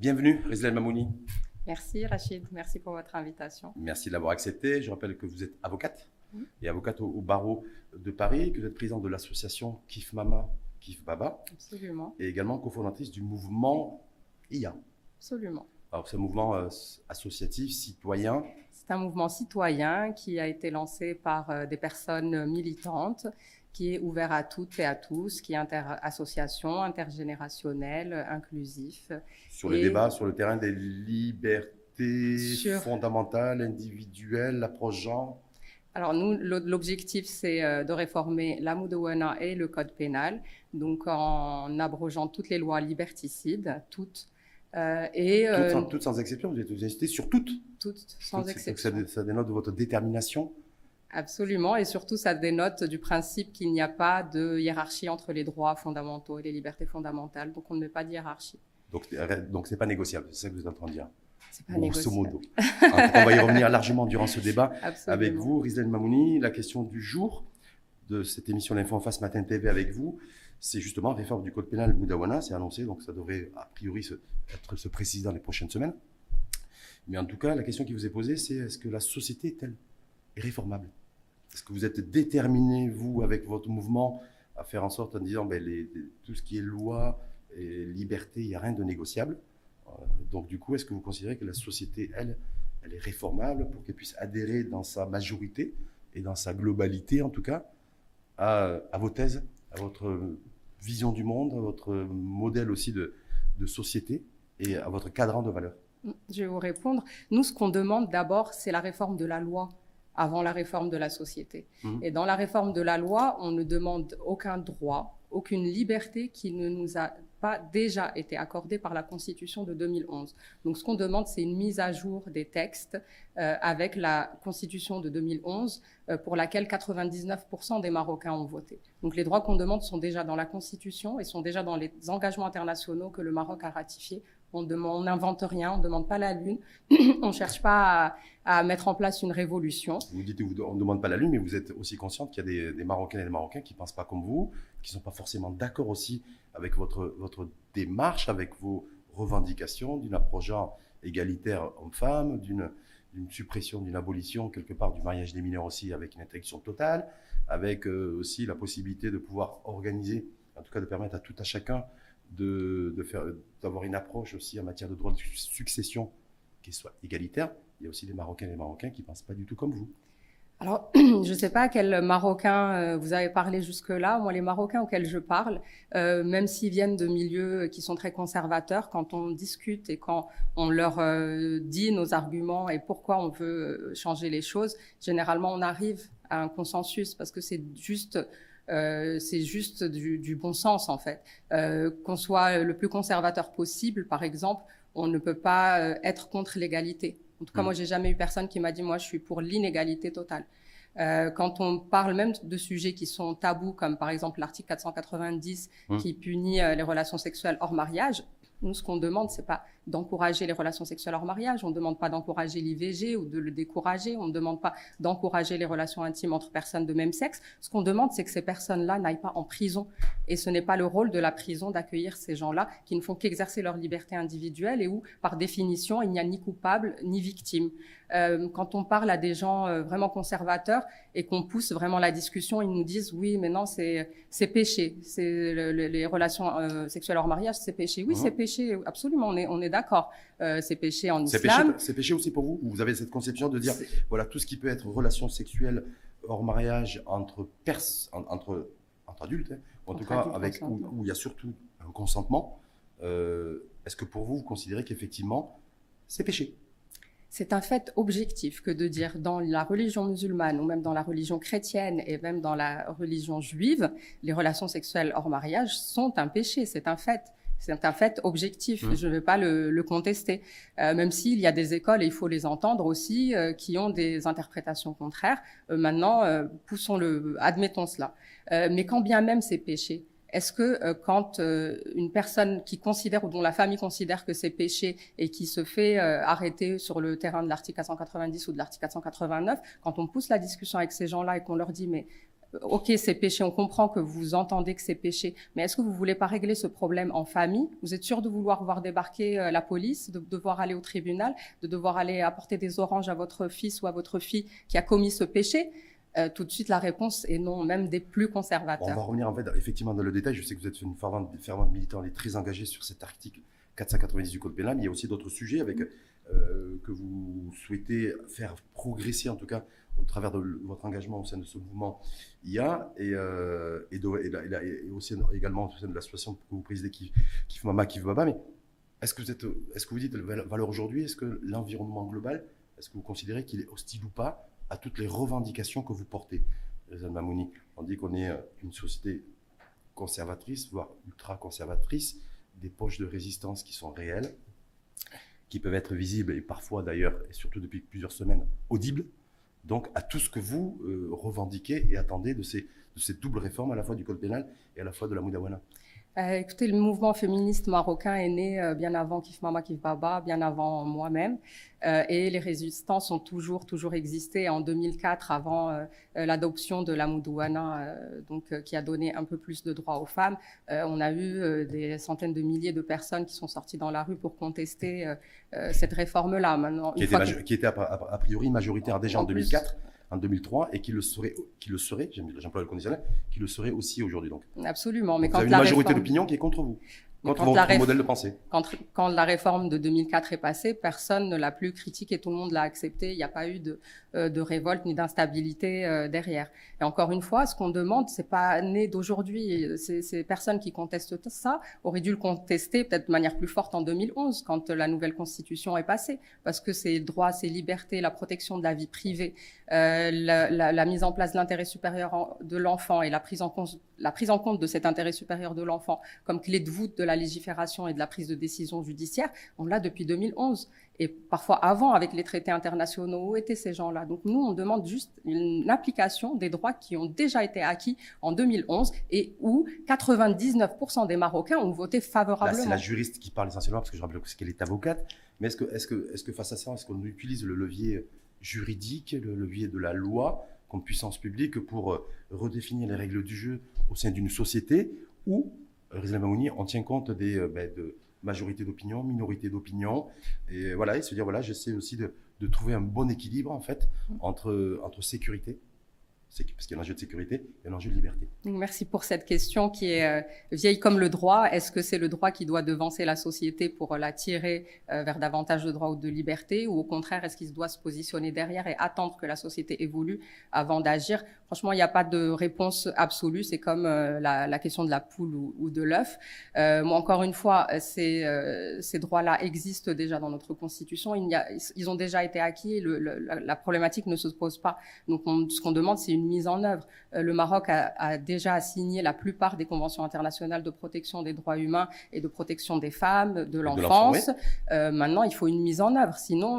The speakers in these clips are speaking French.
Bienvenue, Rizlan Mamouni. Merci Rachid, merci pour votre invitation. Merci de l'avoir accepté. Je rappelle que vous êtes avocate et avocate au barreau de Paris, que vous êtes présidente de l'association Kif Mama, Kif Baba. Absolument. Et également cofondatrice du mouvement IA. Absolument. Alors, c'est un mouvement associatif, citoyen. C'est un mouvement citoyen qui a été lancé par des personnes militantes, qui est ouvert à toutes et à tous, qui est association, intergénérationnel, inclusif. Sur les débats, sur le terrain des libertés fondamentales, individuelles, l'approche genre. Alors nous, l'objectif, c'est de réformer la Moudawana et le code pénal, donc en abrogeant toutes les lois liberticides, toutes. Toutes sans exception, vous êtes insisté sur toutes. Toutes, sans exception. Donc ça dénote de votre détermination. Absolument, et surtout ça dénote du principe qu'il n'y a pas de hiérarchie entre les droits fondamentaux et les libertés fondamentales, donc on ne met pas de hiérarchie. Donc c'est pas négociable, c'est ça que vous êtes en train de dire. C'est pas négociable. Modo. On va y revenir largement durant ce débat. Absolument. Avec vous, Rizlan Mamouni. La question du jour de cette émission L'Info en face Matin TV avec vous, c'est justement la réforme du code pénal Moudawana, c'est annoncé, donc ça devrait a priori se préciser dans les prochaines semaines. Mais en tout cas, la question qui vous est posée, c'est est-ce que la société est-elle réformable? Est-ce que vous êtes déterminé, vous, avec votre mouvement, à faire en sorte en disant tout ce qui est loi et liberté, il n'y a rien de négociable? Donc du coup, est-ce que vous considérez que la société, elle est réformable pour qu'elle puisse adhérer dans sa majorité et dans sa globalité, en tout cas, à vos thèses, à votre vision du monde, à votre modèle aussi de société et à votre cadran de valeurs? Je vais vous répondre. Nous, ce qu'on demande d'abord, c'est la réforme de la loi avant la réforme de la société. Et dans la réforme de la loi, on ne demande aucun droit, aucune liberté qui ne nous a pas déjà été accordée par la Constitution de 2011. Donc ce qu'on demande, c'est une mise à jour des textes avec la Constitution de 2011 pour laquelle 99% des Marocains ont voté. Donc les droits qu'on demande sont déjà dans la Constitution et sont déjà dans les engagements internationaux que le Maroc a ratifiés. On n'invente rien, on ne demande pas la lune, on ne cherche pas à mettre en place une révolution. Vous dites on ne demande pas la lune, mais vous êtes aussi consciente qu'il y a des Marocaines et des Marocains qui ne pensent pas comme vous, qui ne sont pas forcément d'accord aussi avec votre démarche, avec vos revendications d'une approche genre égalitaire homme-femme, d'une suppression, d'une abolition quelque part du mariage des mineurs aussi, avec une interdiction totale, avec aussi la possibilité de pouvoir organiser, en tout cas de permettre à tout à chacun d'avoir une approche aussi en matière de droit de succession qui soit égalitaire. Il y a aussi des Marocains et des Marocains qui ne pensent pas du tout comme vous. Alors, je ne sais pas à quel Marocain vous avez parlé jusque-là. Moi, les Marocains auxquels je parle, même s'ils viennent de milieux qui sont très conservateurs, quand on discute et quand on leur dit nos arguments et pourquoi on veut changer les choses, généralement, on arrive à un consensus parce que c'est juste du bon sens, en fait. Qu'on soit le plus conservateur possible, par exemple, on ne peut pas être contre l'égalité. En tout cas, moi, j'ai jamais eu personne qui m'a dit, moi, je suis pour l'inégalité totale. Quand on parle même de sujets qui sont tabous, comme par exemple l'article 490 qui punit les relations sexuelles hors mariage, nous, ce qu'on demande, c'est pas d'encourager les relations sexuelles hors mariage, on ne demande pas d'encourager l'IVG ou de le décourager, on ne demande pas d'encourager les relations intimes entre personnes de même sexe. Ce qu'on demande, c'est que ces personnes-là n'aillent pas en prison. Et ce n'est pas le rôle de la prison d'accueillir ces gens-là qui ne font qu'exercer leur liberté individuelle et où, par définition, il n'y a ni coupable ni victime. Quand on parle à des gens vraiment conservateurs et qu'on pousse vraiment la discussion, ils nous disent oui, mais non, c'est péché. Les relations sexuelles hors mariage, c'est péché. Oui, c'est péché, absolument, on est d'accord. C'est péché en islam. C'est péché aussi pour vous? Vous avez cette conception de dire, voilà, tout ce qui peut être relation sexuelle hors mariage entre adultes, hein, en tout cas où il y a surtout un consentement, est-ce que pour vous, vous considérez qu'effectivement, c'est péché? C'est un fait objectif que de dire dans la religion musulmane ou même dans la religion chrétienne et même dans la religion juive, les relations sexuelles hors mariage sont un péché, c'est un fait. C'est un fait objectif, je ne vais pas le contester. Même s'il y a des écoles, et il faut les entendre aussi, qui ont des interprétations contraires. Maintenant, admettons cela. Mais quand bien même c'est péché, est-ce que quand une personne qui considère ou dont la famille considère que c'est péché et qui se fait arrêter sur le terrain de l'article 490 ou de l'article 489, quand on pousse la discussion avec ces gens-là et qu'on leur dit mais ok, c'est péché, on comprend que vous entendez que c'est péché, mais est-ce que vous voulez pas régler ce problème en famille? Vous êtes sûr de vouloir voir débarquer la police, de devoir aller au tribunal, de devoir aller apporter des oranges à votre fils ou à votre fille qui a commis ce péché? Tout de suite, la réponse est non, même des plus conservateurs. On va revenir en fait effectivement dans le détail. Je sais que vous êtes une fervente militante et très engagée sur cet article 490 du Code pénal. Il y a aussi d'autres sujets avec, que vous souhaitez faire progresser, en tout cas, au travers de votre engagement au sein de ce mouvement IA et aussi également au sein de l'association que vous présidez, Kif Mama, Kif Baba. Mais est-ce que vous dites valeur aujourd'hui, est-ce que l'environnement global, est-ce que vous considérez qu'il est hostile ou pas à toutes les revendications que vous portez? Rezan Mamouni, on dit qu'on est une société conservatrice, voire ultra-conservatrice, des poches de résistance qui sont réelles, qui peuvent être visibles et parfois d'ailleurs, et surtout depuis plusieurs semaines, audibles. Donc à tout ce que vous revendiquez et attendez de ces doubles réformes, à la fois du Code pénal et à la fois de la Moudawana. Écoutez, le mouvement féministe marocain est né bien avant Kif Mama, Kif Baba, bien avant moi-même. Et les résistances ont toujours existé. En 2004, avant l'adoption de la Moudawana, qui a donné un peu plus de droits aux femmes, on a eu des centaines de milliers de personnes qui sont sorties dans la rue pour contester cette réforme-là. Maintenant, qui était a priori majoritaire déjà en 2004. En 2003 et qui le serait, j'emploie le conditionnel, qui le serait aussi aujourd'hui. Donc. Absolument. Mais vous avez une majorité d'opinion qui est contre vous, contre votre modèle de pensée. Quand la réforme de 2004 est passée, personne ne l'a plus critiquée, tout le monde l'a accepté. Il n'y a pas eu de révolte ni d'instabilité derrière. Et encore une fois, ce qu'on demande, c'est pas né d'aujourd'hui. Ces personnes qui contestent ça auraient dû le contester peut-être de manière plus forte en 2011, quand la nouvelle constitution est passée, parce que ces droits, ces libertés, la protection de la vie privée, la mise en place de l'intérêt supérieur de l'enfant et la prise en compte de cet intérêt supérieur de l'enfant comme clé de voûte de la légifération et de la prise de décision judiciaire, on l'a depuis 2011. Et parfois avant, avec les traités internationaux, où étaient ces gens-là? Donc nous, on demande juste une application des droits qui ont déjà été acquis en 2011 et où 99% des Marocains ont voté favorablement. Là, c'est la juriste qui parle essentiellement, parce que je rappelle qu'elle est avocate. Mais est-ce que face à ça, est-ce qu'on utilise le levier juridique, le levier de la loi comme puissance publique pour redéfinir les règles du jeu au sein d'une société où, Rezan Mamouni, on tient compte de majorité d'opinion, minorité d'opinion, et voilà, et se dire voilà, j'essaie aussi de trouver un bon équilibre en fait entre sécurité, parce qu'il y a un enjeu de sécurité et un enjeu de liberté. Merci pour cette question qui est vieille comme le droit. Est-ce que c'est le droit qui doit devancer la société pour la tirer vers davantage de droits ou de liberté, ou au contraire, est-ce qu'il doit se positionner derrière et attendre que la société évolue avant d'agir? Franchement, il n'y a pas de réponse absolue. C'est comme la question de la poule ou de l'œuf. Moi, encore une fois, ces droits-là existent déjà dans notre Constitution. Ils ont déjà été acquis. La problématique ne se pose pas. Donc, ce qu'on demande, c'est une mise en œuvre. Le Maroc a déjà signé la plupart des conventions internationales de protection des droits humains et de protection des femmes, de l'enfance. Oui. Maintenant, il faut une mise en œuvre. Sinon,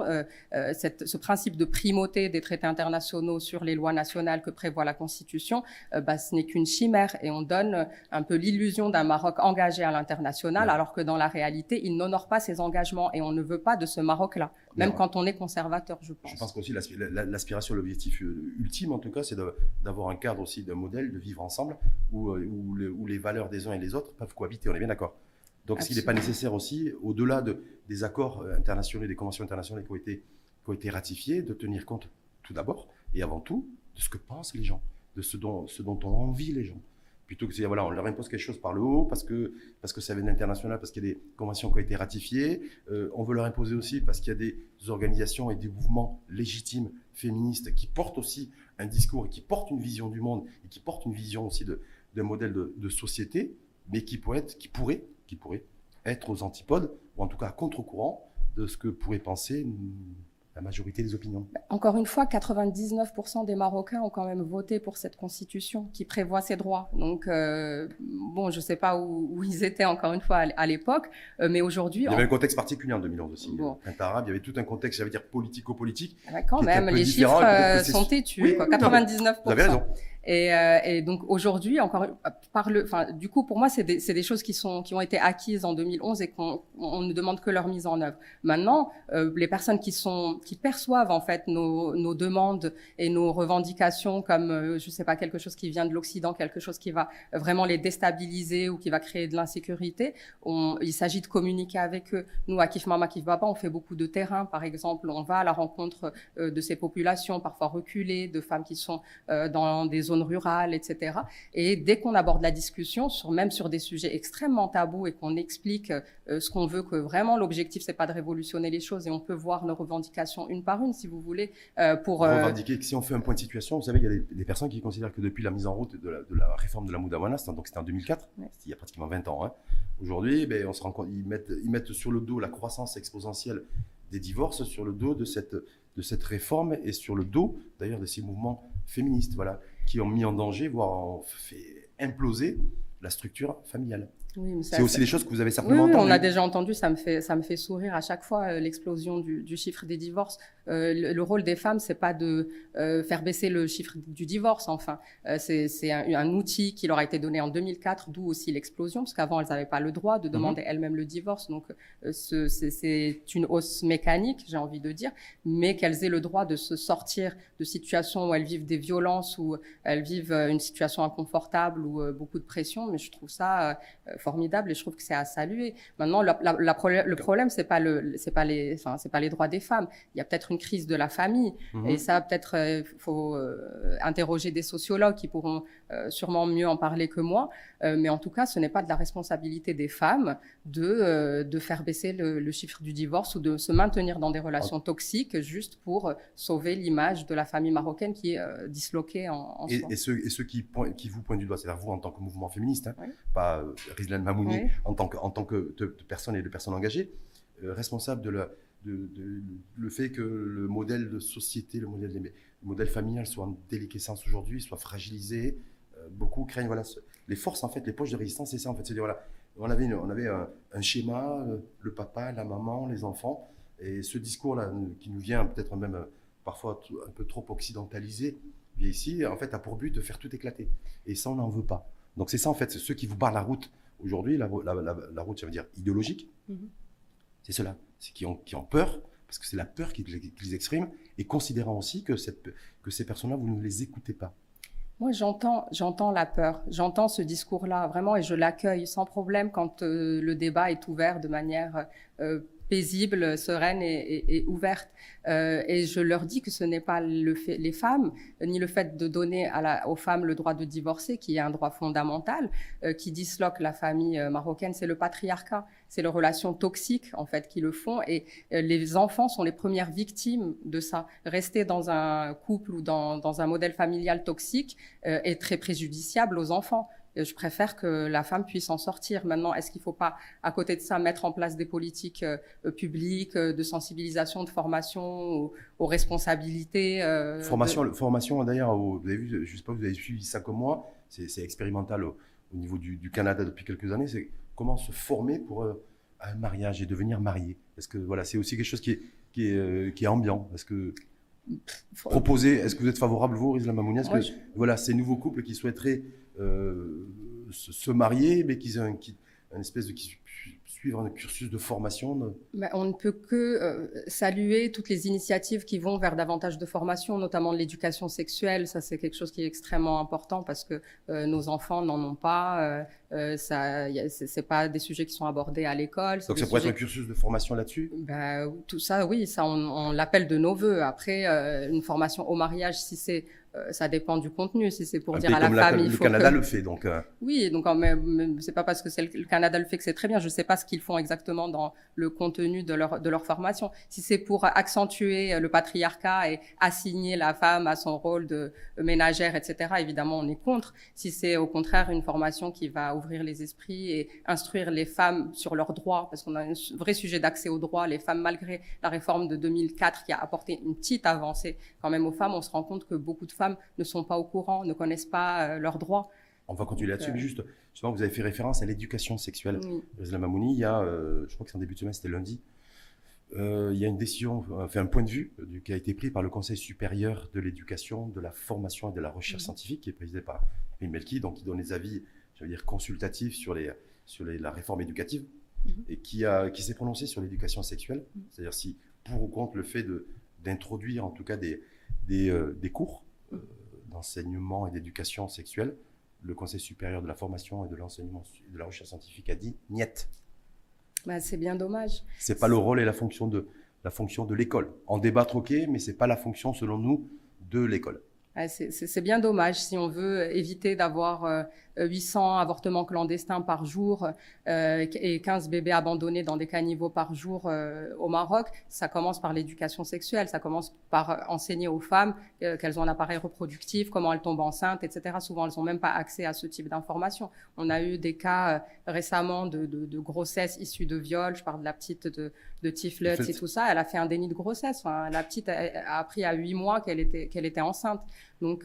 ce principe de primauté des traités internationaux sur les lois nationales que prévoit la Constitution, ce n'est qu'une chimère et on donne un peu l'illusion d'un Maroc engagé à l'international, alors que dans la réalité, il n'honore pas ses engagements et on ne veut pas de ce Maroc-là, même quand on est conservateur, je pense. Je pense qu'aussi l'aspiration, l'objectif ultime, en tout cas, c'est d'avoir un cadre aussi, d'un modèle de vivre ensemble où les valeurs des uns et des autres peuvent cohabiter, on est bien d'accord. Donc, est-ce qu'il n'est pas nécessaire aussi, au-delà des accords internationaux et des conventions internationales qui ont été ratifiés, de tenir compte tout d'abord et avant tout de ce que pensent les gens, de ce dont ont envie les gens, plutôt que de dire voilà, on leur impose quelque chose par le haut parce que ça vient d'international, parce qu'il y a des conventions qui ont été ratifiées, on veut leur imposer aussi parce qu'il y a des organisations et des mouvements légitimes féministes qui portent aussi un discours et qui portent une vision du monde et qui portent une vision aussi d'un modèle de société, mais qui pourrait être aux antipodes ou en tout cas à contre-courant de ce que pourrait penser la majorité des opinions. Encore une fois, 99% des Marocains ont quand même voté pour cette constitution qui prévoit ces droits. Donc, je ne sais pas où ils étaient encore une fois à l'époque, mais aujourd'hui... Il y avait un contexte particulier en 2011 aussi. Bon. Arabe, il y avait tout un contexte, j'allais dire politico-politique. Quand même, les chiffres sont têtus. Oui, 99%. Vous avez raison. Et donc aujourd'hui, du coup, pour moi, c'est des choses qui ont été acquises en 2011 et qu'on ne demande que leur mise en œuvre. Maintenant, les personnes qui perçoivent en fait nos demandes et nos revendications comme, je sais pas, quelque chose qui vient de l'Occident, quelque chose qui va vraiment les déstabiliser ou qui va créer de l'insécurité, il s'agit de communiquer avec eux. Nous, à Kif Mama, Kif Baba, on fait beaucoup de terrain, par exemple. On va à la rencontre de ces populations, parfois reculées, de femmes qui sont dans des zones rurales, etc. Et dès qu'on aborde la discussion, même sur des sujets extrêmement tabous et qu'on explique ce qu'on veut, que vraiment l'objectif, c'est pas de révolutionner les choses et on peut voir nos revendications une par une, si vous voulez, pour... revendiquer que si on fait un point de situation, vous savez, il y a des personnes qui considèrent que depuis la mise en route de la réforme de la Moudawana, c'était en 2004, ouais. Il y a pratiquement 20 ans, hein. Aujourd'hui, on se rend compte, ils mettent sur le dos la croissance exponentielle des divorces, sur le dos de cette réforme et sur le dos, d'ailleurs, de ces mouvements féministes, voilà, qui ont mis en danger, voire ont fait imploser la structure familiale. Oui, c'est aussi des choses que vous avez certainement entendues. Oui, on a déjà entendu, ça me fait sourire à chaque fois, l'explosion du chiffre des divorces. Le rôle des femmes, c'est pas de faire baisser le chiffre du divorce, enfin. C'est un outil qui leur a été donné en 2004, d'où aussi l'explosion, parce qu'avant, elles n'avaient pas le droit de demander elles-mêmes le divorce. Donc, c'est une hausse mécanique, j'ai envie de dire, mais qu'elles aient le droit de se sortir de situations où elles vivent des violences, où elles vivent une situation inconfortable ou beaucoup de pression. Mais je trouve ça formidable et je trouve que c'est à saluer. Maintenant, le problème, c'est pas les droits des femmes. Il y a peut-être une crise de la famille et ça, peut-être, faut interroger des sociologues qui pourront sûrement mieux en parler que moi. Mais en tout cas, ce n'est pas de la responsabilité des femmes de faire baisser le chiffre du divorce ou de se maintenir dans des relations toxiques juste pour sauver l'image de la famille marocaine qui est disloquée en soi. Et ceux qui vous pointent du doigt, c'est-à-dire vous en tant que mouvement féministe, hein, pas Rizlan Mamouni, en tant que de personne et de personnes engagées, responsable de le fait que le modèle de société, le modèle familial soit en déliquescence aujourd'hui, soit fragilisé. Beaucoup craignent, voilà, les forces, en fait, les poches de résistance, c'est ça, en fait. C'est-à-dire, voilà, on avait un schéma, le papa, la maman, les enfants, et ce discours-là, qui nous vient peut-être même parfois un peu trop occidentalisé, vient ici, en fait, a pour but de faire tout éclater. Et ça, on n'en veut pas. Donc, c'est ça, en fait, c'est ceux qui vous barrent la route aujourd'hui, la route, ça veut dire idéologique. C'est ceux-là, c'est qui ont peur, parce que c'est la peur qu'ils expriment, et considérant aussi que ces personnes-là, vous ne les écoutez pas. Moi, j'entends la peur, j'entends ce discours-là, vraiment, et je l'accueille sans problème quand le débat est ouvert de manière paisible, sereine et ouverte. Et je leur dis que ce n'est pas les femmes, ni le fait de donner aux femmes le droit de divorcer, qui est un droit fondamental, qui disloque la famille marocaine, c'est le patriarcat. C'est les relations toxiques, en fait, qui le font. Et les enfants sont les premières victimes de ça. Rester dans un couple ou dans un modèle familial toxique est très préjudiciable aux enfants. Je préfère que la femme puisse en sortir. Maintenant, est-ce qu'il ne faut pas, à côté de ça, mettre en place des politiques publiques de sensibilisation, de formation aux responsabilités Formation, d'ailleurs, vous avez vu, je ne sais pas, vous avez suivi ça comme moi, c'est expérimental au niveau du Canada depuis quelques années, c'est comment se former pour un mariage et devenir marié. Parce que voilà, c'est aussi quelque chose qui est ambiant. Est-ce que vous êtes favorable, vous, Rizlan Mamouni, voilà, ces nouveaux couples qui souhaiteraient se marier, mais qui suivre un cursus de formation On ne peut que saluer toutes les initiatives qui vont vers davantage de formation, notamment de l'éducation sexuelle. Ça, c'est quelque chose qui est extrêmement important parce que nos enfants n'en ont pas. C'est pas des sujets qui sont abordés à l'école. Donc ça pourrait être un cursus de formation là-dessus? Tout ça, oui, ça on l'appelle de nos voeux. Après, une formation au mariage, si c'est ça dépend du contenu. Si c'est pour dire à la femme, il faut le Canada le fait, donc. Oui, donc c'est pas parce que le Canada le fait que c'est très bien. Je sais pas ce qu'ils font exactement dans le contenu de leur formation. Si c'est pour accentuer le patriarcat et assigner la femme à son rôle de ménagère, etc., évidemment, on est contre. Si c'est au contraire une formation qui va ouvrir les esprits et instruire les femmes sur leurs droits, parce qu'on a un vrai sujet d'accès aux droits. Les femmes, malgré la réforme de 2004 qui a apporté une petite avancée quand même aux femmes, on se rend compte que beaucoup de femmes ne sont pas au courant, ne connaissent pas leurs droits. On va continuer là-dessus, mais justement, vous avez fait référence à l'éducation sexuelle. Rizlan Mamouni, il y a, je crois que c'est en début de semaine, c'était lundi, Il y a une décision, enfin un point de vue qui a été pris par le Conseil supérieur de l'éducation, de la formation et de la recherche scientifique, qui est présidé par Emile Melki, donc qui donne des avis, je veux dire, consultatifs sur la réforme éducative, et qui s'est prononcé sur l'éducation sexuelle, c'est-à-dire si pour ou contre le fait d'introduire en tout cas des cours d'enseignement et d'éducation sexuelle. Le Conseil supérieur de la formation et de l'enseignement et de la recherche scientifique a dit niet. Bah, c'est bien dommage. C'est pas le rôle et la fonction de l'école. En débattre, ok, mais c'est pas la fonction, selon nous, de l'école. C'est bien dommage si on veut éviter d'avoir 800 avortements clandestins par jour et 15 bébés abandonnés dans des caniveaux par jour au Maroc. Ça commence par l'éducation sexuelle, ça commence par enseigner aux femmes qu'elles ont un appareil reproductif, comment elles tombent enceintes, etc. Souvent, elles n'ont même pas accès à ce type d'informations. On a eu des cas récemment de grossesse issue de viol. Je parle de la petite de Tiflet et tout ça. Elle a fait un déni de grossesse. Enfin, la petite a appris à 8 mois qu'elle était enceinte. Donc,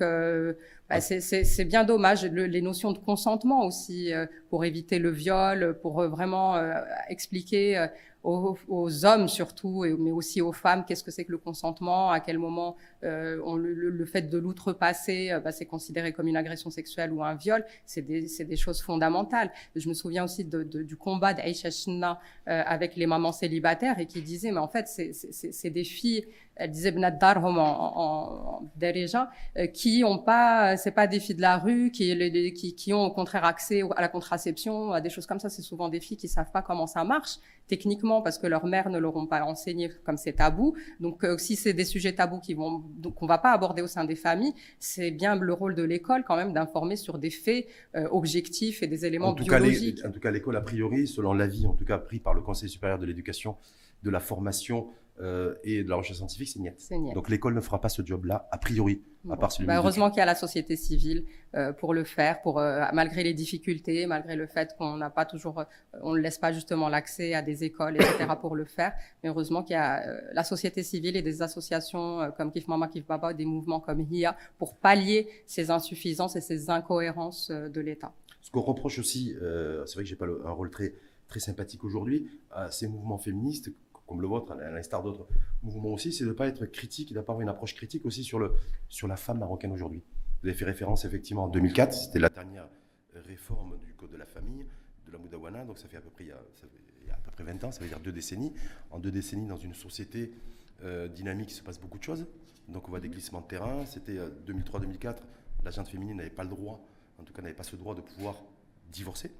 c'est bien dommage. Les notions de consentement aussi, pour éviter le viol, pour vraiment expliquer aux hommes surtout, mais aussi aux femmes, qu'est-ce que c'est que le consentement, à quel moment le fait de l'outrepasser, c'est considéré comme une agression sexuelle ou un viol. C'est des choses fondamentales. Je me souviens aussi du combat d'Aïcha Chenna avec les mamans célibataires et qui disait, mais en fait, c'est des filles, elle disait Bnat Darhom en Dereja, qui ont pas, c'est pas des filles de la rue, qui ont au contraire accès à la contraception, à des choses comme ça. C'est souvent des filles qui savent pas comment ça marche techniquement parce que leurs mères ne leur ont pas enseigné comme c'est tabou. Donc, si c'est des sujets tabous qu'on va pas aborder au sein des familles, c'est bien le rôle de l'école quand même d'informer sur des faits objectifs et des éléments biologiques. En tout cas, l'école, a priori, selon l'avis en tout cas pris par le Conseil supérieur de l'éducation, de la formation et de la recherche scientifique, c'est niet. Donc l'école ne fera pas ce job-là, a priori, à part celui heureusement qu'il y a la société civile pour le faire, malgré les difficultés, malgré le fait qu'on n'a pas toujours, on ne laisse pas justement l'accès à des écoles, etc. pour le faire. Mais heureusement qu'il y a la société civile et des associations comme Kif Mama, Kif Baba, des mouvements comme HIA pour pallier ces insuffisances et ces incohérences de l'État. Ce qu'on reproche aussi, c'est vrai que j'ai pas un rôle très, très sympathique aujourd'hui, à ces mouvements féministes, comme le vôtre, à l'instar d'autres mouvements aussi, c'est de ne pas être critique et d'avoir une approche critique aussi sur la femme marocaine aujourd'hui. Vous avez fait référence effectivement en 2004, c'était la dernière réforme du Code de la famille, de la Moudawana, donc ça fait à peu près, il y a à peu près 20 ans, ça veut dire 2 décennies. En 2 décennies, dans une société dynamique, il se passe beaucoup de choses. Donc on voit des glissements de terrain. C'était 2003-2004, la gente féminine n'avait pas le droit, en tout cas n'avait pas ce droit de pouvoir divorcer.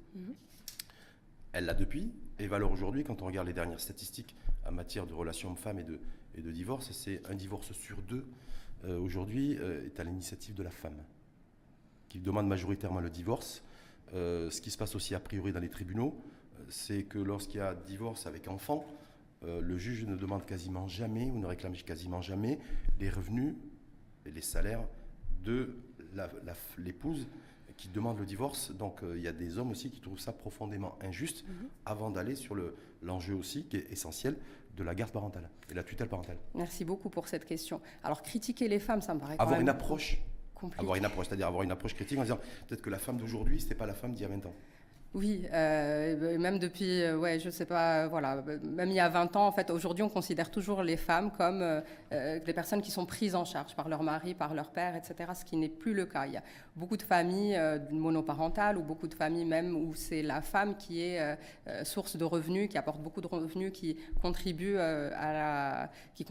Elle l'a depuis, et valeur aujourd'hui, quand on regarde les dernières statistiques en matière de relations hommes-femmes et de divorce, c'est un divorce sur 2 aujourd'hui est à l'initiative de la femme, qui demande majoritairement le divorce. Ce qui se passe aussi a priori dans les tribunaux, c'est que lorsqu'il y a divorce avec enfant, le juge ne demande quasiment jamais, ou ne réclame quasiment jamais, les revenus et les salaires de l'épouse qui demande le divorce. Donc il y a des hommes aussi qui trouvent ça profondément injuste avant d'aller sur l'enjeu aussi qui est essentiel de la garde parentale et la tutelle parentale. Merci beaucoup pour cette question. Alors critiquer les femmes, ça me paraît avoir une approche c'est-à-dire avoir une approche critique en disant peut-être que la femme d'aujourd'hui c'était pas la femme d'il y a 20 ans. Oui, même depuis, je sais pas, voilà, même il y a 20 ans, en fait, aujourd'hui, on considère toujours les femmes comme des personnes qui sont prises en charge par leur mari, par leur père, etc., ce qui n'est plus le cas. Il y a beaucoup de familles monoparentales ou beaucoup de familles même où c'est la femme qui est source de revenus, qui apporte beaucoup de revenus, qui contribue à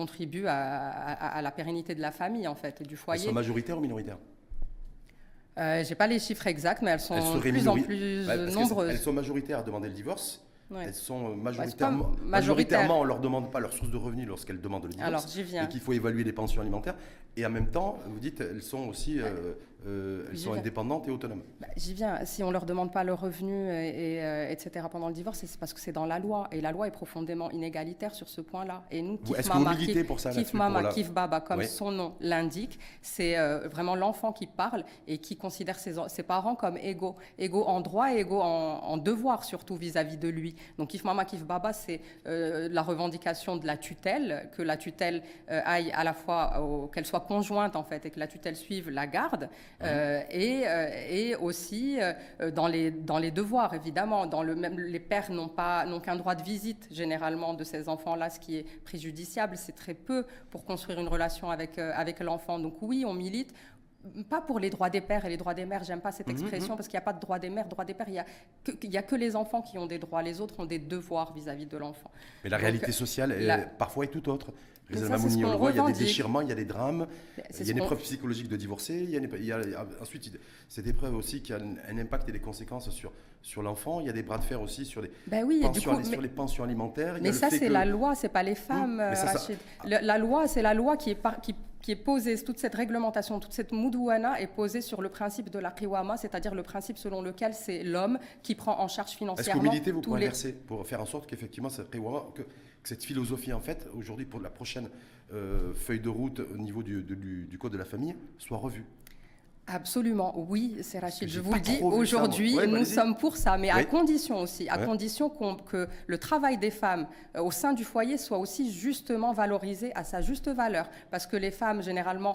la pérennité de la famille, en fait, et du foyer. Elles sont majoritaires ou minoritaires ? J'ai pas les chiffres exacts, mais elles sont de plus en plus nombreuses. Elles sont majoritaires à demander le divorce. Ouais. Elles sont majoritairement, on ne leur demande pas leur source de revenus lorsqu'elles demandent le divorce. Alors, j'y viens. Et qu'il faut évaluer les pensions alimentaires. Et en même temps, vous dites, elles sont aussi sont indépendantes et autonomes. J'y viens. Si on ne leur demande pas le revenu, etc. pendant le divorce, c'est parce que c'est dans la loi. Et la loi est profondément inégalitaire sur ce point-là. Et nous, Kif Mama, Kif Baba, comme son nom l'indique, c'est vraiment l'enfant qui parle et qui considère ses parents comme égaux. Égaux en droit et égaux en devoir, surtout vis-à-vis de lui. Donc Kif Mama, Kif Baba, c'est la revendication de la tutelle, que la tutelle aille à la fois, qu'elle soit conjointe en fait, et que la tutelle suive la garde, et aussi dans les devoirs évidemment, même les pères n'ont qu'un droit de visite généralement de ces enfants-là, ce qui est préjudiciable. C'est très peu pour construire une relation avec l'enfant. Donc oui, on milite. Pas pour les droits des pères et les droits des mères, j'aime pas cette expression parce qu'il n'y a pas de droit des mères, droit des pères, il y a que les enfants qui ont des droits, les autres ont des devoirs vis-à-vis de l'enfant. Mais la réalité sociale, parfois, est tout autre. Ça, Mamouni, on le voit, il y a des déchirements, il y a des drames, il y a une épreuve psychologique de divorcer, ensuite cette épreuve aussi qui a un impact et des conséquences sur l'enfant, il y a des bras de fer aussi sur les, sur les pensions alimentaires. Mais ça, c'est la loi, c'est pas les femmes, Rachid. La loi, c'est la loi qui est posée, toute cette réglementation, toute cette moudouana est posée sur le principe de la qiwama, c'est-à-dire le principe selon lequel c'est l'homme qui prend en charge financièrement. Est-ce qu'au milité, vous pouvez inverser pour faire en sorte qu'effectivement cette qiwama, que cette philosophie, en fait, aujourd'hui, pour la prochaine feuille de route au niveau du Code de la famille, soit revue? Absolument, oui, c'est Rachid. Je vous le dis, aujourd'hui, nous sommes pour ça, mais à condition aussi, condition que le travail des femmes au sein du foyer soit aussi justement valorisé à sa juste valeur. Parce que les femmes, généralement,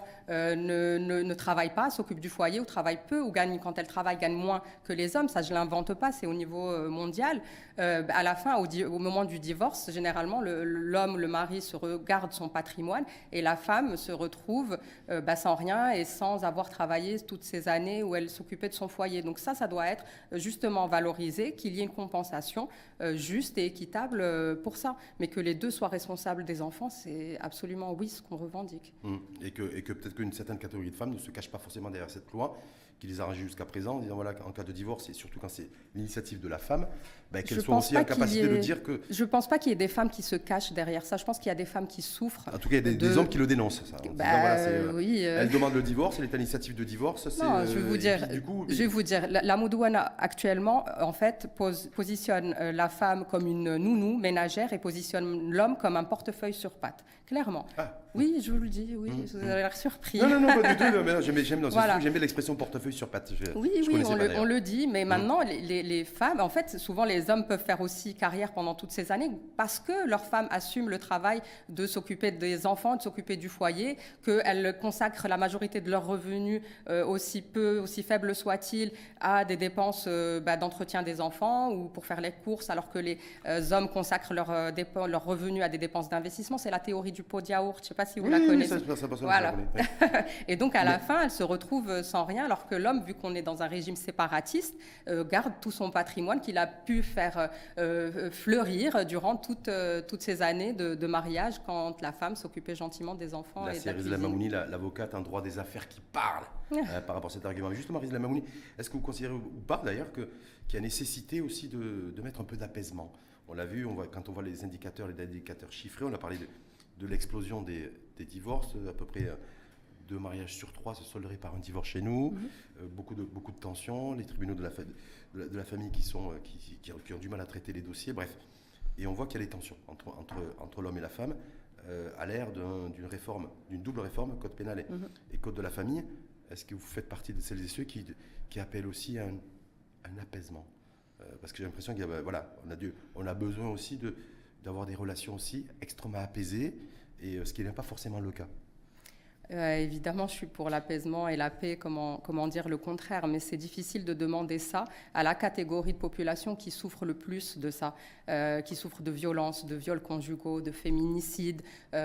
ne travaillent pas, s'occupent du foyer, ou travaillent peu, ou quand elles travaillent, gagnent moins que les hommes. Ça, je ne l'invente pas, c'est au niveau mondial. À la fin, au moment du divorce, généralement, l'homme, le mari, se regarde son patrimoine, et la femme se retrouve sans rien et sans avoir travaillé toutes ces années où elle s'occupait de son foyer. Donc ça doit être justement valorisé, qu'il y ait une compensation juste et équitable pour ça. Mais que les deux soient responsables des enfants, c'est absolument oui ce qu'on revendique. Et que peut-être qu'une certaine catégorie de femmes ne se cache pas forcément derrière cette loi qui les a arrangés jusqu'à présent, en disant voilà, en cas de divorce, et surtout quand c'est l'initiative de la femme, qu'elles soient aussi en capacité de dire que... Je ne pense pas qu'il y ait des femmes qui se cachent derrière ça. Je pense qu'il y a des femmes qui souffrent. En tout cas, il y a des hommes qui le dénoncent. Ça. Oui, elle demande le divorce, elle est à l'initiative de divorce. Non, je vais vous dire, la moudouana actuellement, en fait, positionne la femme comme une nounou ménagère et positionne l'homme comme un portefeuille sur pattes. Clairement. Oui, je vous le dis, oui, vous avez l'air surpris. Non, pas du tout. J'aime bien l'expression portefeuille sur pattes. Oui, on le dit, mais maintenant, les femmes, en fait, souvent les hommes peuvent faire aussi carrière pendant toutes ces années parce que leurs femmes assument le travail de s'occuper des enfants, de s'occuper du foyer, qu'elles consacrent la majorité de leurs revenus, aussi faibles soient-ils, à des dépenses d'entretien des enfants ou pour faire les courses, alors que les hommes consacrent leurs revenus à des dépenses d'investissement. C'est la théorie du pot de yaourt, je ne sais pas si vous la connaissez. Voilà. Et donc, à la fin, elle se retrouve sans rien, alors que l'homme, vu qu'on est dans un régime séparatiste, garde tout son patrimoine qu'il a pu faire fleurir durant toutes ces années de mariage, quand la femme s'occupait gentiment des enfants. Là, c'est Rizla Mamouni, l'avocate en droit des affaires, qui parle par rapport à cet argument. Mais justement, Rizla Mamouni, est-ce que vous considérez, ou pas d'ailleurs, qu'il y a nécessité aussi de mettre un peu d'apaisement? On l'a vu, quand on voit les indicateurs chiffrés, on a parlé de l'explosion des divorces, à peu près 2 mariages sur 3 se solderaient par un divorce chez nous, beaucoup de tensions, les tribunaux de la famille qui ont du mal à traiter les dossiers, bref. Et on voit qu'il y a des tensions entre l'homme et la femme, à l'ère d'une double réforme, code pénal et code de la famille. Est-ce que vous faites partie de celles et ceux qui appellent aussi à un apaisement? Parce que j'ai l'impression on a besoin aussi d'avoir des relations aussi extrêmement apaisées, et ce qui n'est pas forcément le cas. Évidemment, je suis pour l'apaisement et la paix, comment dire le contraire, mais c'est difficile de demander ça à la catégorie de population qui souffre le plus de ça, qui souffre de violences, de viols conjugaux, de féminicides,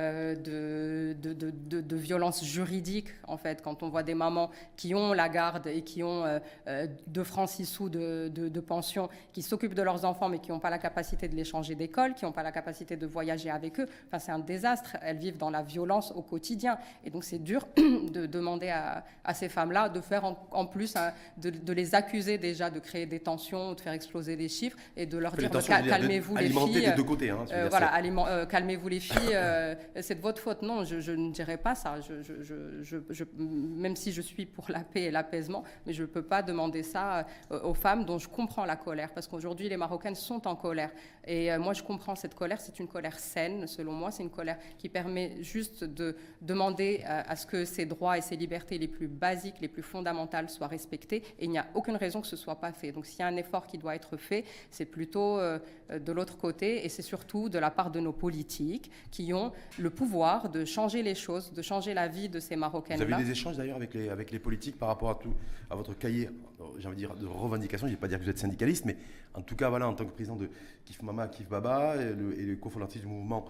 de violences juridiques, en fait. Quand on voit des mamans qui ont la garde et qui ont 2 francs 6 sous de pension, qui s'occupent de leurs enfants mais qui n'ont pas la capacité de les changer d'école, qui n'ont pas la capacité de voyager avec eux, enfin, c'est un désastre. Elles vivent dans la violence au quotidien. Et donc, c'est dur de demander à ces femmes-là de faire en plus, de les accuser déjà de créer des tensions, de faire exploser les chiffres et de leur dire calmez-vous les filles. Des deux côtés. Hein, calmez-vous les filles, c'est de votre faute. Non, je ne dirais pas ça. Même si je suis pour la paix et l'apaisement, mais je ne peux pas demander ça aux femmes dont je comprends la colère, parce qu'aujourd'hui les Marocaines sont en colère. Et moi je comprends cette colère, c'est une colère saine selon moi, c'est une colère qui permet juste de demander à ce que ces droits et ces libertés les plus basiques, les plus fondamentales soient respectés, et il n'y a aucune raison que ce ne soit pas fait. Donc s'il y a un effort qui doit être fait, c'est plutôt de l'autre côté, et c'est surtout de la part de nos politiques qui ont le pouvoir de changer les choses, de changer la vie de ces Marocaines-là. Vous avez des échanges d'ailleurs avec les politiques par rapport à votre cahier, j'ai envie de dire, de revendications. Je ne vais pas dire que vous êtes syndicaliste, mais en tout cas, voilà, en tant que président de Kif Mama, Kif Baba et le cofondateur du mouvement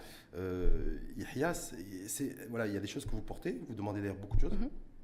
Yahya, voilà, il y a des choses que vous portez, vous demandez d'ailleurs beaucoup de choses,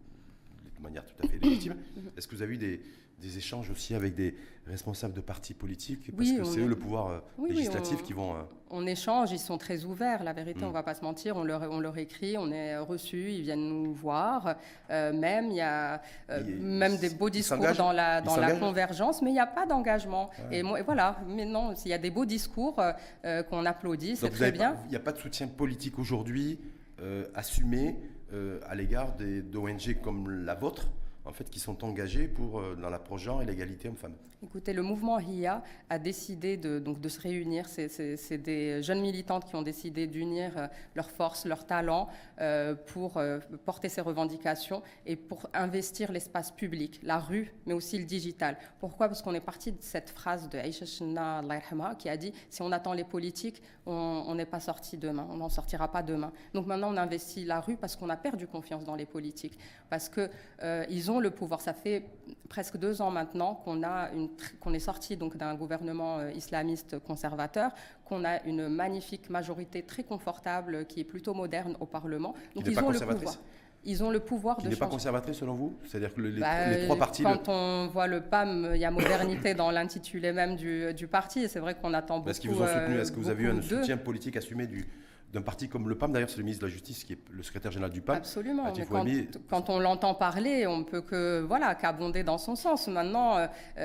de manière tout à fait légitime. Est-ce que vous avez eu des échanges aussi avec des responsables de partis politiques, parce que c'est eux le pouvoir législatif qui vont... On échange, ils sont très ouverts, la vérité, on ne va pas se mentir, on leur écrit, on est reçus, ils viennent nous voir, même il y a même des beaux discours dans la convergence, mais il n'y a pas d'engagement. Et voilà, mais non, il y a des beaux discours qu'on applaudit, c'est très bien. Il n'y a pas de soutien politique aujourd'hui assumé à l'égard d'ONG comme la vôtre, en fait, qui sont engagés dans l'approche genre et l'égalité homme-femme. Écoutez, le mouvement HIA a décidé de se réunir. C'est des jeunes militantes qui ont décidé d'unir leurs forces, leurs talents pour porter ces revendications et pour investir l'espace public, la rue, mais aussi le digital. Pourquoi ? Parce qu'on est parti de cette phrase de Aïcha Chenna qui a dit « Si on attend les politiques, on n'est pas sorti demain, on n'en sortira pas demain ». Donc maintenant, on investit la rue parce qu'on a perdu confiance dans les politiques, parce qu'ils ont le pouvoir. Ça fait presque 2 ans maintenant qu'on est sorti donc d'un gouvernement islamiste conservateur, qu'on a une magnifique majorité très confortable qui est plutôt moderne au Parlement. Donc ils ont le pouvoir. Ils ont le pouvoir de changer. Qui n'est pas conservatrice selon vous ? C'est-à-dire que les 3 partis... Quand on voit le PAM, il y a modernité dans l'intitulé même du parti, et c'est vrai qu'on attend beaucoup. Est-ce qu'ils vous ont soutenu ? Est-ce que vous avez eu un soutien politique assumé d'un parti comme le PAM? D'ailleurs, c'est le ministre de la Justice qui est le secrétaire général du PAM. Absolument. Mais quand on l'entend parler, on ne peut qu'abonder dans son sens. Maintenant,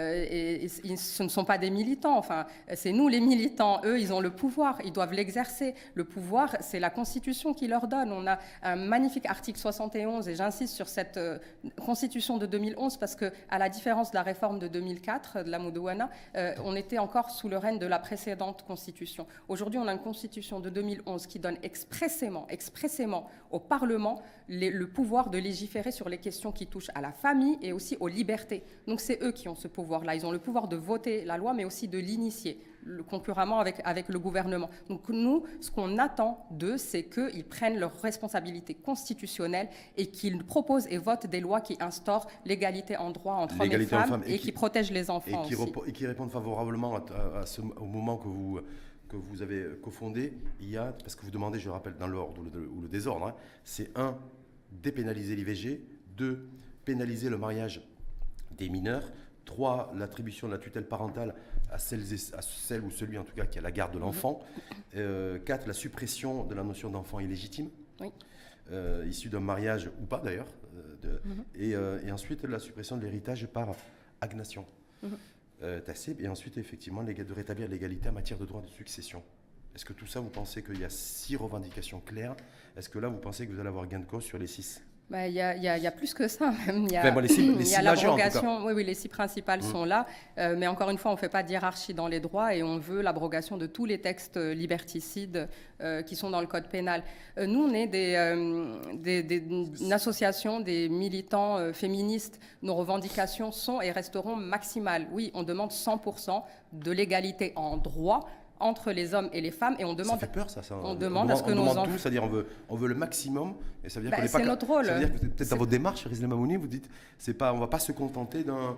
ce ne sont pas des militants. Enfin, c'est nous les militants. Eux, ils ont le pouvoir. Ils doivent l'exercer. Le pouvoir, c'est la Constitution qui leur donne. On a un magnifique article 71, et j'insiste sur cette Constitution de 2011 parce que, à la différence de la réforme de 2004 de la Moudouana, on était encore sous le règne de la précédente Constitution. Aujourd'hui, on a une Constitution de 2011 qui donne expressément au Parlement le pouvoir de légiférer sur les questions qui touchent à la famille et aussi aux libertés. Donc c'est eux qui ont ce pouvoir-là. Ils ont le pouvoir de voter la loi, mais aussi de l'initier, concurremment avec le gouvernement. Donc nous, ce qu'on attend d'eux, c'est qu'ils prennent leurs responsabilités constitutionnelles et qu'ils proposent et votent des lois qui instaurent l'égalité en droit entre hommes et femmes et qui protègent les enfants et qui répondent favorablement au moment que vous avez cofondé. Il y a, parce que vous demandez, je rappelle, dans l'ordre ou le désordre, c'est 1, dépénaliser l'IVG, 2, pénaliser le mariage des mineurs, 3, l'attribution de la tutelle parentale à celle ou celui en tout cas qui a la garde de l'enfant, 4, la suppression de la notion d'enfant illégitime, issu d'un mariage ou pas d'ailleurs, et ensuite la suppression de l'héritage par agnation. Et ensuite, effectivement, de rétablir l'égalité en matière de droit de succession. Est-ce que tout ça, vous pensez qu'il y a 6 revendications claires? Est-ce que là, vous pensez que vous allez avoir gain de cause sur les 6? Il y a plus que ça même. Il y a l'abrogation. Oui, les 6 principales sont là. Mais encore une fois, on ne fait pas de hiérarchie dans les droits et on veut l'abrogation de tous les textes liberticides qui sont dans le code pénal. Nous, on est une association des militants féministes. Nos revendications sont et resteront maximales. Oui, on demande 100% de l'égalité en droit entre les hommes et les femmes, et on demande... Ça fait peur, ça. On demande à ce que nos enfants... C'est-à-dire on veut le maximum, et ça veut dire c'est notre rôle. Ça veut dire que peut-être dans votre démarche, Rizla Mamouni, vous dites, on ne va pas se contenter d'un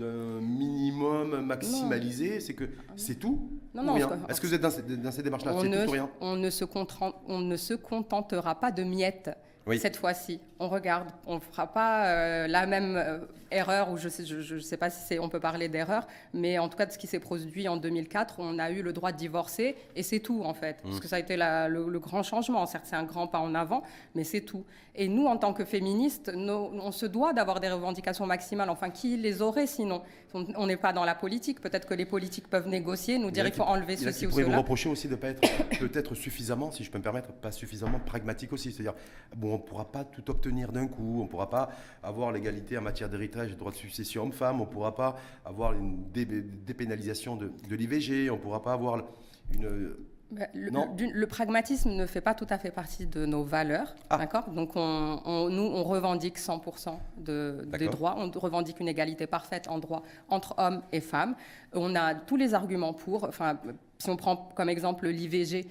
minimum maximalisé, c'est que c'est tout ou rien. Est-ce que vous êtes dans ces démarches-là? C'est tout ou rien? On ne se contentera pas de miettes. Cette fois-ci, on regarde, on ne fera pas la même erreur, ou je sais pas si on peut parler d'erreur, mais en tout cas de ce qui s'est produit en 2004, on a eu le droit de divorcer, et c'est tout en fait, parce que ça a été le grand changement. Certes, c'est un grand pas en avant, mais c'est tout. Et nous, en tant que féministes, on se doit d'avoir des revendications maximales. Enfin, qui les aurait sinon? On n'est pas dans la politique. Peut-être que les politiques peuvent négocier, nous dire qu'il faut enlever ceci ou cela. Vous pourriez vous reprocher aussi de ne pas être peut-être suffisamment, si je peux me permettre, pas suffisamment pragmatique aussi. C'est-à-dire, on ne pourra pas tout obtenir d'un coup, on ne pourra pas avoir l'égalité en matière d'héritage et de droit de succession homme-femme, on ne pourra pas avoir une dépénalisation de l'IVG, on ne pourra pas avoir Le pragmatisme ne fait pas tout à fait partie de nos valeurs, d'accord. Donc nous, on revendique 100% des droits, on revendique une égalité parfaite en droit entre hommes et femmes. On a tous les arguments pour, enfin, si on prend comme exemple l'IVG,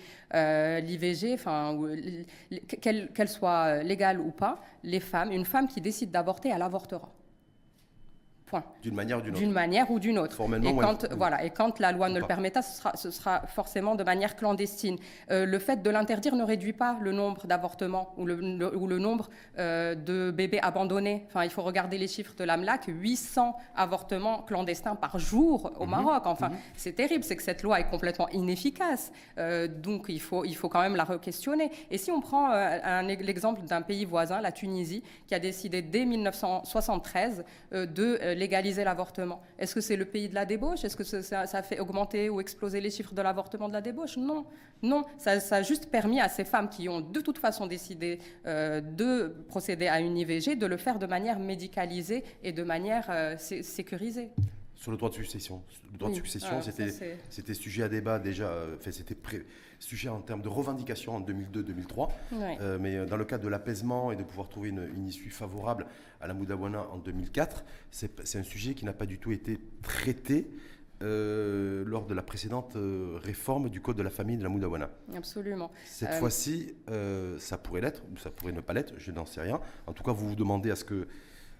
qu'elle soit légale ou pas, une femme qui décide d'avorter, elle avortera. Point. D'une manière ou d'une autre. D'une manière ou d'une autre. Formellement, et quand la loi ne le permet pas, ce sera forcément de manière clandestine. Le fait de l'interdire ne réduit pas le nombre d'avortements ou le nombre de bébés abandonnés. Enfin, il faut regarder les chiffres de l'AMLAC, 800 avortements clandestins par jour au Maroc. Enfin, c'est terrible, c'est que cette loi est complètement inefficace. Donc, il faut quand même la re-questionner. Et si on prend l'exemple d'un pays voisin, la Tunisie, qui a décidé dès 1973 de légaliser l'avortement. Est-ce que c'est le pays de la débauche? Est-ce que ça fait augmenter ou exploser les chiffres de l'avortement de la débauche? Non. Non, ça a juste permis à ces femmes qui ont de toute façon décidé de procéder à une IVG de le faire de manière médicalisée et de manière sécurisée. Sur le droit de succession. Le droit de succession, c'était sujet à débat déjà, c'était sujet en termes de revendication en 2002-2003. Mais dans le cadre de l'apaisement et de pouvoir trouver une issue favorable à la Moudawana en 2004, c'est un sujet qui n'a pas du tout été traité lors de la précédente réforme du Code de la famille de la Moudawana. Absolument. Cette fois-ci, ça pourrait l'être ou ça pourrait ne pas l'être, je n'en sais rien. En tout cas, vous vous demandez à ce que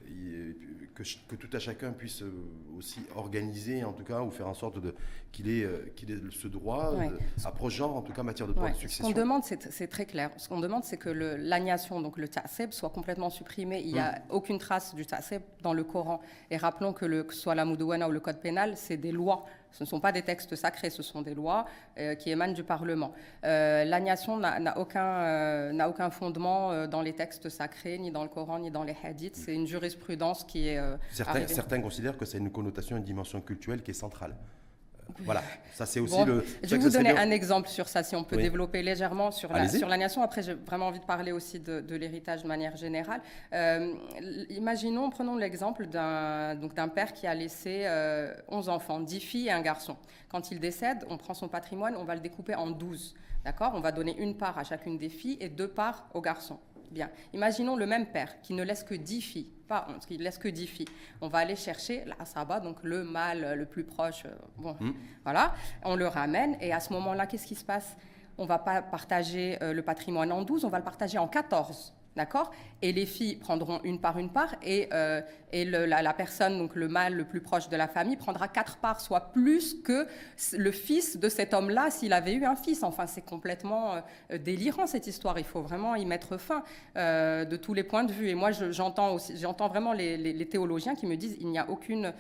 tout à chacun puisse aussi organiser, en tout cas, ou faire en sorte qu'il ait ce droit, approche genre, en tout cas, en matière de droit de succession. Ce qu'on demande, c'est très clair. Ce qu'on demande, c'est que l'agnation, donc le ta'seb, soit complètement supprimé. Il n'y a aucune trace du ta'seb dans le Coran. Et rappelons que ce soit la Moudawana ou le Code pénal, c'est des lois. Ce ne sont pas des textes sacrés, ce sont des lois qui émanent du Parlement. L'agnation n'a aucun fondement dans les textes sacrés, ni dans le Coran, ni dans les hadiths. C'est une jurisprudence qui est... Certains considèrent que c'est une connotation, une dimension culturelle qui est centrale. Voilà, ça c'est aussi Je vais vous donner un exemple sur ça, si on peut développer légèrement sur l'agnation. Après, j'ai vraiment envie de parler aussi de l'héritage de manière générale. Prenons l'exemple d'un père qui a laissé 11 enfants, 10 filles et un garçon. Quand il décède, on prend son patrimoine, on va le découper en 12. D'accord ? On va donner une part à chacune des filles et 2 parts au garçon. Bien. Imaginons le même père qui ne laisse que 10 filles, pas 11, qui ne laisse que 10 filles. On va aller chercher l'asaba, donc le mâle le plus proche. Voilà. On le ramène et à ce moment-là, qu'est-ce qui se passe ? On ne va pas partager le patrimoine en 12, on va le partager en 14. D'accord ? Et les filles prendront une part et la personne, donc le mâle le plus proche de la famille, prendra 4 parts, soit plus que le fils de cet homme-là s'il avait eu un fils. Enfin, c'est complètement délirant cette histoire. Il faut vraiment y mettre fin de tous les points de vue. Et moi, j'entends vraiment les théologiens qui me disent qu'il n'y a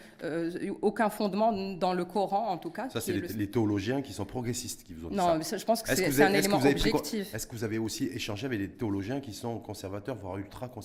aucun fondement dans le Coran, en tout cas. Ça, c'est les théologiens qui sont progressistes qui vous ont dit ça. Non, mais je pense que c'est un élément objectif. Est-ce que vous avez aussi échangé avec des théologiens qui sont conservateurs, voire ultra-conservateurs ?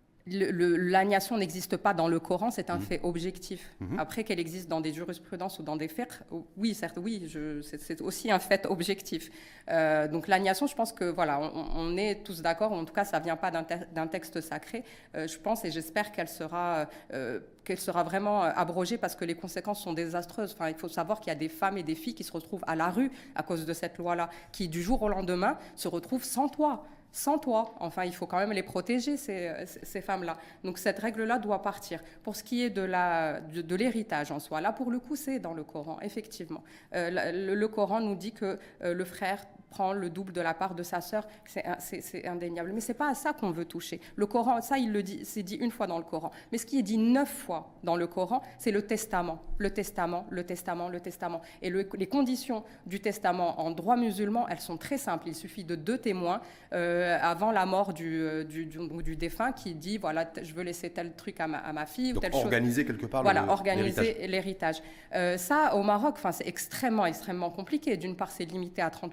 L'agnation n'existe pas dans le Coran, c'est un fait objectif. Après, qu'elle existe dans des jurisprudences ou dans des faits, oui, certes, oui, c'est aussi un fait objectif. Donc l'agnation, je pense que voilà, on est tous d'accord, en tout cas, ça vient pas d'un texte sacré. Je pense et j'espère qu'elle sera vraiment abrogée parce que les conséquences sont désastreuses. Enfin, il faut savoir qu'il y a des femmes et des filles qui se retrouvent à la rue à cause de cette loi-là, qui du jour au lendemain se retrouvent sans toit. Sans toit. Enfin, il faut quand même les protéger, ces femmes-là. Donc, cette règle-là doit partir. Pour ce qui est de l'héritage en soi, là, pour le coup, c'est dans le Coran, effectivement. Le Coran nous dit que le frère prend le double de la part de sa sœur, c'est indéniable. Mais c'est pas à ça qu'on veut toucher. Le Coran, ça, c'est dit une fois dans le Coran. Mais ce qui est dit 9 fois dans le Coran, c'est le testament. Le testament, le testament, le testament. Et les conditions du testament en droit musulman, elles sont très simples. Il suffit de 2 témoins avant la mort du défunt qui dit, voilà, je veux laisser tel truc à ma fille. Donc, ou telle organiser chose. quelque part organiser l'héritage. Ça, au Maroc, c'est extrêmement, extrêmement compliqué. D'une part, c'est limité à 30% du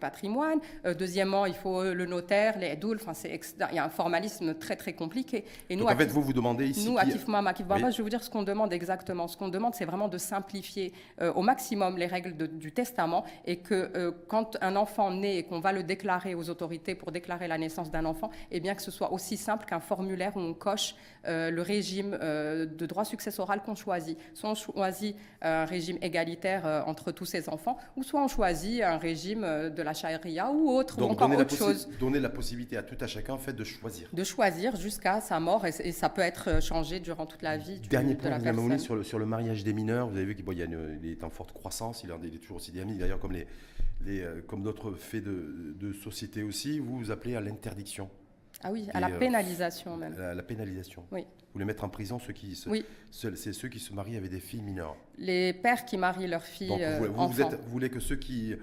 patrimoine. Deuxièmement, il faut le notaire, les doules. Enfin, il y a un formalisme très très compliqué. Et donc, en fait, vous demandez ici... Nous, à Kifma, je vais vous dire ce qu'on demande exactement. Ce qu'on demande, c'est vraiment de simplifier au maximum les règles du testament, et que quand un enfant naît et qu'on va le déclarer aux autorités pour déclarer la naissance d'un enfant, eh bien que ce soit aussi simple qu'un formulaire où on coche le régime de droit successoral qu'on choisit. Soit on choisit un régime égalitaire entre tous ces enfants, ou soit on choisit un régime de la charia ou autre, donc, ou encore autre chose. Donner la possibilité à tout à chacun en fait, de choisir. De choisir jusqu'à sa mort, et ça peut être changé durant toute la vie Dernier de la point, personne. sur le mariage des mineurs, vous avez vu qu'il est en forte croissance, il est toujours aussi dynamique, d'ailleurs comme d'autres faits de société aussi, vous vous appelez à l'interdiction. Ah oui, à la pénalisation même. La pénalisation. Oui. Vous voulez mettre en prison ceux qui c'est ceux qui se marient avec des filles mineures. Les pères qui marient leurs filles enfants. Vous voulez que ceux qui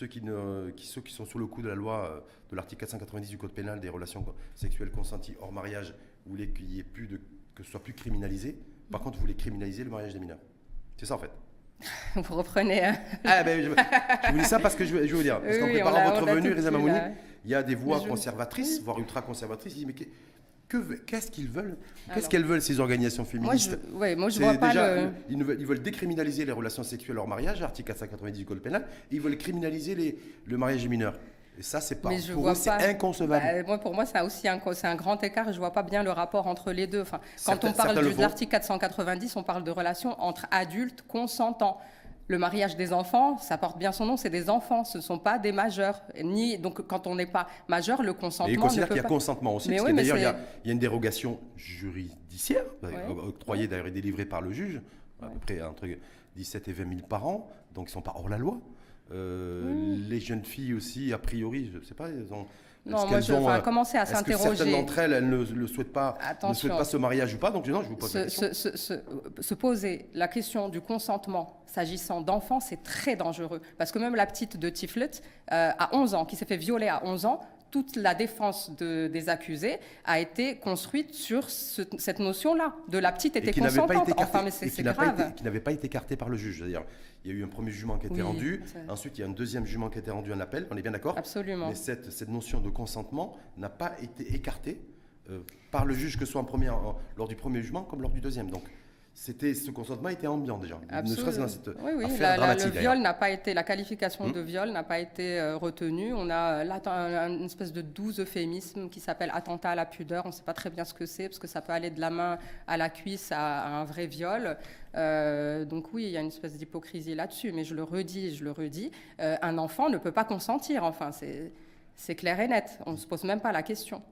sont sous le coup de la loi de l'article 490 du Code pénal des relations sexuelles consenties hors mariage, vous voulez qu'il y ait que ce soit plus criminalisé. Par contre, vous voulez criminaliser le mariage des mineurs. C'est ça en fait. Vous reprenez. Je vous dis ça parce que je vais vous dire. Parce qu'en préparant votre venue, Reza Mamouni, il y a des voix conservatrices, voire ultra-conservatrices, qui disent mais qu'est-ce qu'ils veulent? Qu'est-ce qu'elles veulent, ces organisations féministes? Moi, je vois pas ils veulent décriminaliser les relations sexuelles hors mariage, article 490 du Code pénal, et ils veulent criminaliser le mariage des mineurs. Et ça, c'est pas. Pour eux, c'est inconcevable. Pour moi, c'est un grand écart, et je vois pas bien le rapport entre les deux. Enfin, quand on parle de l'article 490, on parle de relations entre adultes consentants. Le mariage des enfants, ça porte bien son nom, c'est des enfants, ce ne sont pas des majeurs. Donc, quand on n'est pas majeur, le consentement. Et ils considèrent qu'il y a consentement aussi, parce que d'ailleurs, il y a une dérogation juridiciaire, octroyée d'ailleurs et délivrée par le juge, à peu près entre 17 et 20 000 par an, donc ils ne sont pas hors la loi. Les jeunes filles aussi, a priori, je ne sais pas, elles ont... Non, moi, je vais commencer à s'interroger. Certaines d'entre elles ne souhaitent pas ce mariage ou pas, donc non, je vous pose la question. Se poser la question du consentement s'agissant d'enfants, c'est très dangereux. Parce que même la petite de Tiflet, à 11 ans, qui s'est fait violer à 11 ans, toute la défense des accusés a été construite sur cette notion-là. De la petite était consentante. Enfin, mais c'est grave. Qui n'avait pas été écarté par le juge. C'est-à-dire, il y a eu un premier jugement qui a été rendu. Ensuite, il y a un deuxième jugement qui a été rendu en appel. On est bien d'accord? Absolument. Mais cette notion de consentement n'a pas été écartée par le juge, que ce soit lors du premier jugement comme lors du deuxième. Donc, ce consentement était ambiant déjà. Absolument. Ne serait-ce dans cette affaire dramatique. Le viol n'a pas été, la qualification de viol n'a pas été retenue. On a une espèce de 12 euphémisme qui s'appelle attentat à la pudeur. On ne sait pas très bien ce que c'est, parce que ça peut aller de la main à la cuisse à un vrai viol. Donc oui, il y a une espèce d'hypocrisie là-dessus. Mais je le redis, un enfant ne peut pas consentir. Enfin, c'est clair et net, on ne se pose même pas la question.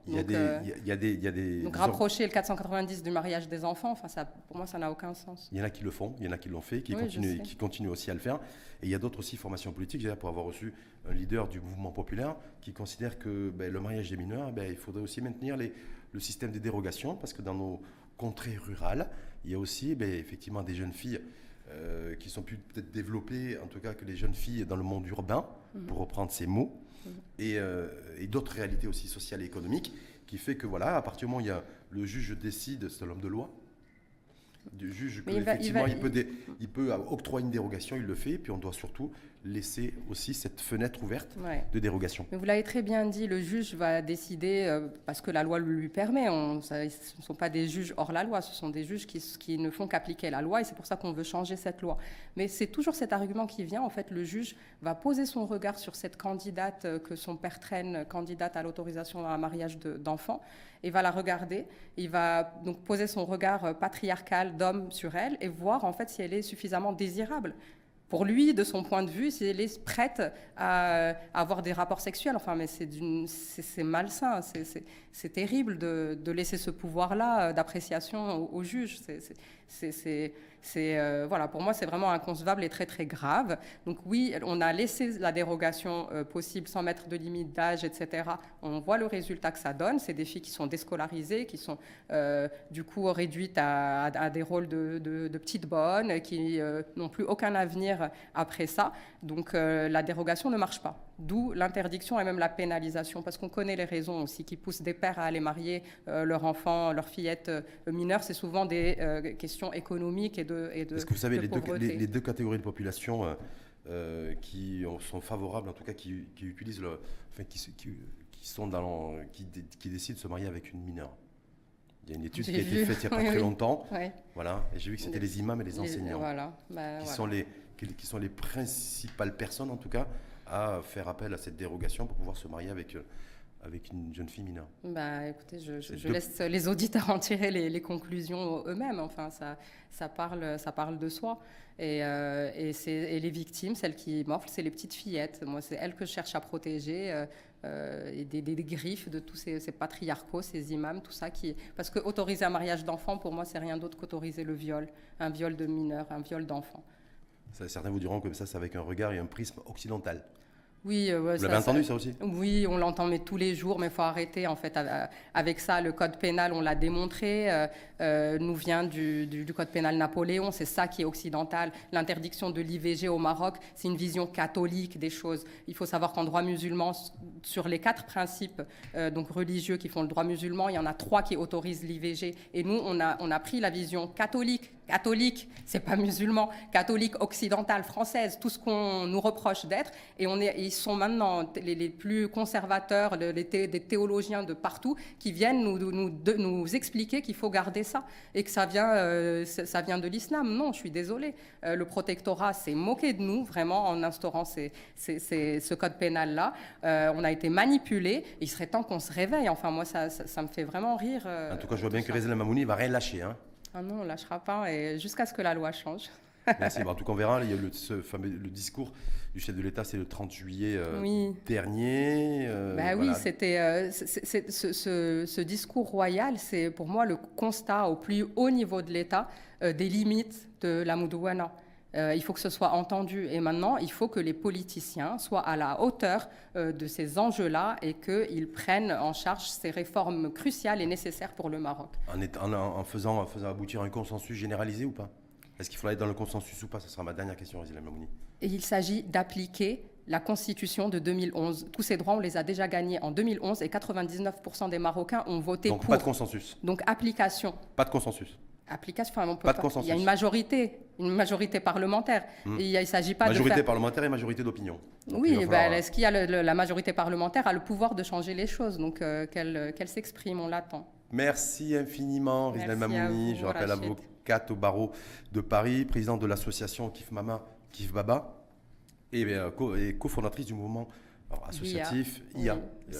Donc rapprocher le 490 du mariage des enfants, enfin, pour moi, ça n'a aucun sens. Il y en a qui le font, il y en a qui l'ont fait, qui continuent aussi à le faire. Et il y a d'autres aussi formations politiques, pour avoir reçu un leader du mouvement populaire qui considère que le mariage des mineurs, il faudrait aussi maintenir le système des dérogations, parce que dans nos contrées rurales, il y a aussi effectivement des jeunes filles qui sont plus peut-être développées, en tout cas que les jeunes filles dans le monde urbain, pour reprendre ces mots. Et d'autres réalités aussi sociales et économiques, qui fait que voilà, à partir du moment où le juge décide, c'est l'homme de loi, du juge qu'effectivement il peut octroyer une dérogation, il le fait, et puis on doit surtout laisser aussi cette fenêtre ouverte de dérogation. Mais vous l'avez très bien dit, le juge va décider parce que la loi le lui permet. Ce ne sont pas des juges hors la loi, ce sont des juges qui ne font qu'appliquer la loi, et c'est pour ça qu'on veut changer cette loi. Mais c'est toujours cet argument qui vient. En fait, le juge va poser son regard sur cette candidate que son père traîne, candidate à l'autorisation à un mariage d'enfants, et va la regarder. Il va donc poser son regard patriarcal d'homme sur elle et voir en fait si elle est suffisamment désirable. Pour lui, de son point de vue, si elle est prête à avoir des rapports sexuels, enfin, mais c'est malsain, c'est terrible de laisser ce pouvoir-là d'appréciation au juge. Voilà, pour moi, c'est vraiment inconcevable et très, très grave. Donc oui, on a laissé la dérogation possible sans mettre de limite d'âge, etc. On voit le résultat que ça donne. C'est des filles qui sont déscolarisées, qui sont du coup réduites à des rôles de petites bonnes, qui n'ont plus aucun avenir après ça. Donc la dérogation ne marche pas. D'où l'interdiction et même la pénalisation, parce qu'on connaît les raisons aussi qui poussent des pères à aller marier leur enfant, leur fillette mineure. C'est souvent des questions économiques et de Parce que vous savez, les deux catégories de population qui sont favorables, en tout cas qui utilisent enfin, qui décident de se marier avec une mineure. Il y a une étude qui a été faite il n'y a pas très longtemps. Oui. Voilà, et j'ai vu que c'était les imams et les enseignants qui sont les principales personnes, en tout cas, à faire appel à cette dérogation pour pouvoir se marier avec une jeune fille mineure. Écoutez, je laisse les auditeurs en tirer les conclusions eux-mêmes. Enfin, ça parle de soi. Et les victimes, celles qui morflent, c'est les petites fillettes. Moi, c'est elles que je cherche à protéger. Et des griffes de tous ces patriarcaux, ces imams, tout ça. Parce que autoriser un mariage d'enfant, pour moi, c'est rien d'autre qu'autoriser le viol. Un viol de mineur, un viol d'enfant. Certains vous diront que ça, c'est avec un regard et un prisme occidental. Oui, vous l'avez entendu ça aussi? Oui, on l'entend mais tous les jours, mais il faut arrêter en fait avec ça. Le code pénal, on l'a démontré, nous vient du code pénal Napoléon, c'est ça qui est occidental. L'interdiction de l'IVG au Maroc, c'est une vision catholique des choses. Il faut savoir qu'en droit musulman, sur les 4 principes donc religieux qui font le droit musulman, il y en a 3 qui autorisent l'IVG. Et nous, on a pris la vision catholique, c'est pas musulman, catholique occidentale, française, tout ce qu'on nous reproche d'être. Et ils sont maintenant les plus conservateurs, des théologiens de partout qui viennent nous expliquer qu'il faut garder ça et que ça vient de l'islam. Non, je suis désolée. Le protectorat s'est moqué de nous vraiment en instaurant ce code pénal-là. On a été manipulés. Il serait temps qu'on se réveille. Enfin, moi, ça me fait vraiment rire. En tout cas, je vois bien que Reza El Mamouni ne va rien lâcher. Hein. Ah non, on ne lâchera pas et jusqu'à ce que la loi change. Merci. En tout cas, on verra. Il y a le discours du chef de l'État, c'est le 30 juillet dernier. Oui, c'était ce discours royal, c'est pour moi le constat au plus haut niveau de l'État des limites de la Moudouana. Il faut que ce soit entendu. Et maintenant, il faut que les politiciens soient à la hauteur de ces enjeux-là et qu'ils prennent en charge ces réformes cruciales et nécessaires pour le Maroc. En faisant aboutir un consensus généralisé ou pas? Est-ce qu'il faut aller dans le consensus ou pas? Ce sera ma dernière question, Reza El Mamouni. Et il s'agit d'appliquer la Constitution de 2011. Tous ces droits, on les a déjà gagnés en 2011 et 99% des Marocains ont voté pour. Donc pas de consensus. Donc application. Pas de consensus. Application, enfin, on peut pas de consensus. Il y a une majorité parlementaire. Et il ne s'agit pas majorité parlementaire et majorité d'opinion. Oui, est-ce qu'il y a la majorité parlementaire a le pouvoir de changer les choses? Donc qu'elle s'exprime, on l'attend. Merci infiniment, Reza El Mamouni. Je rappelle avocate au barreau de Paris, présidente de l'association Kif Mama, Kif Baba et cofondatrice du mouvement associatif IA.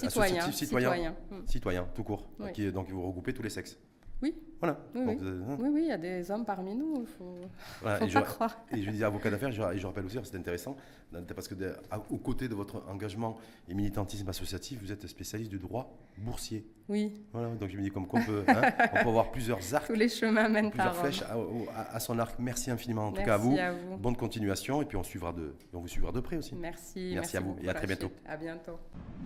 Citoyen, tout court. Oui. Donc vous regroupez tous les sexes. Oui. Voilà. Oui, il y a des hommes parmi nous, il faut pas croire. Et je dis avocat d'affaires, et je rappelle aussi, c'est intéressant, parce que aux côtés de votre engagement et militantisme associatif, vous êtes spécialiste du droit boursier. Oui. Voilà, donc je me dis comme quoi on peut avoir plusieurs arcs. Tous les chemins mènent plusieurs flèches à son arc. Merci infiniment en tout cas à vous. Bonne continuation, et puis on vous suivra de près aussi. Merci à vous, et à très bientôt. À bientôt.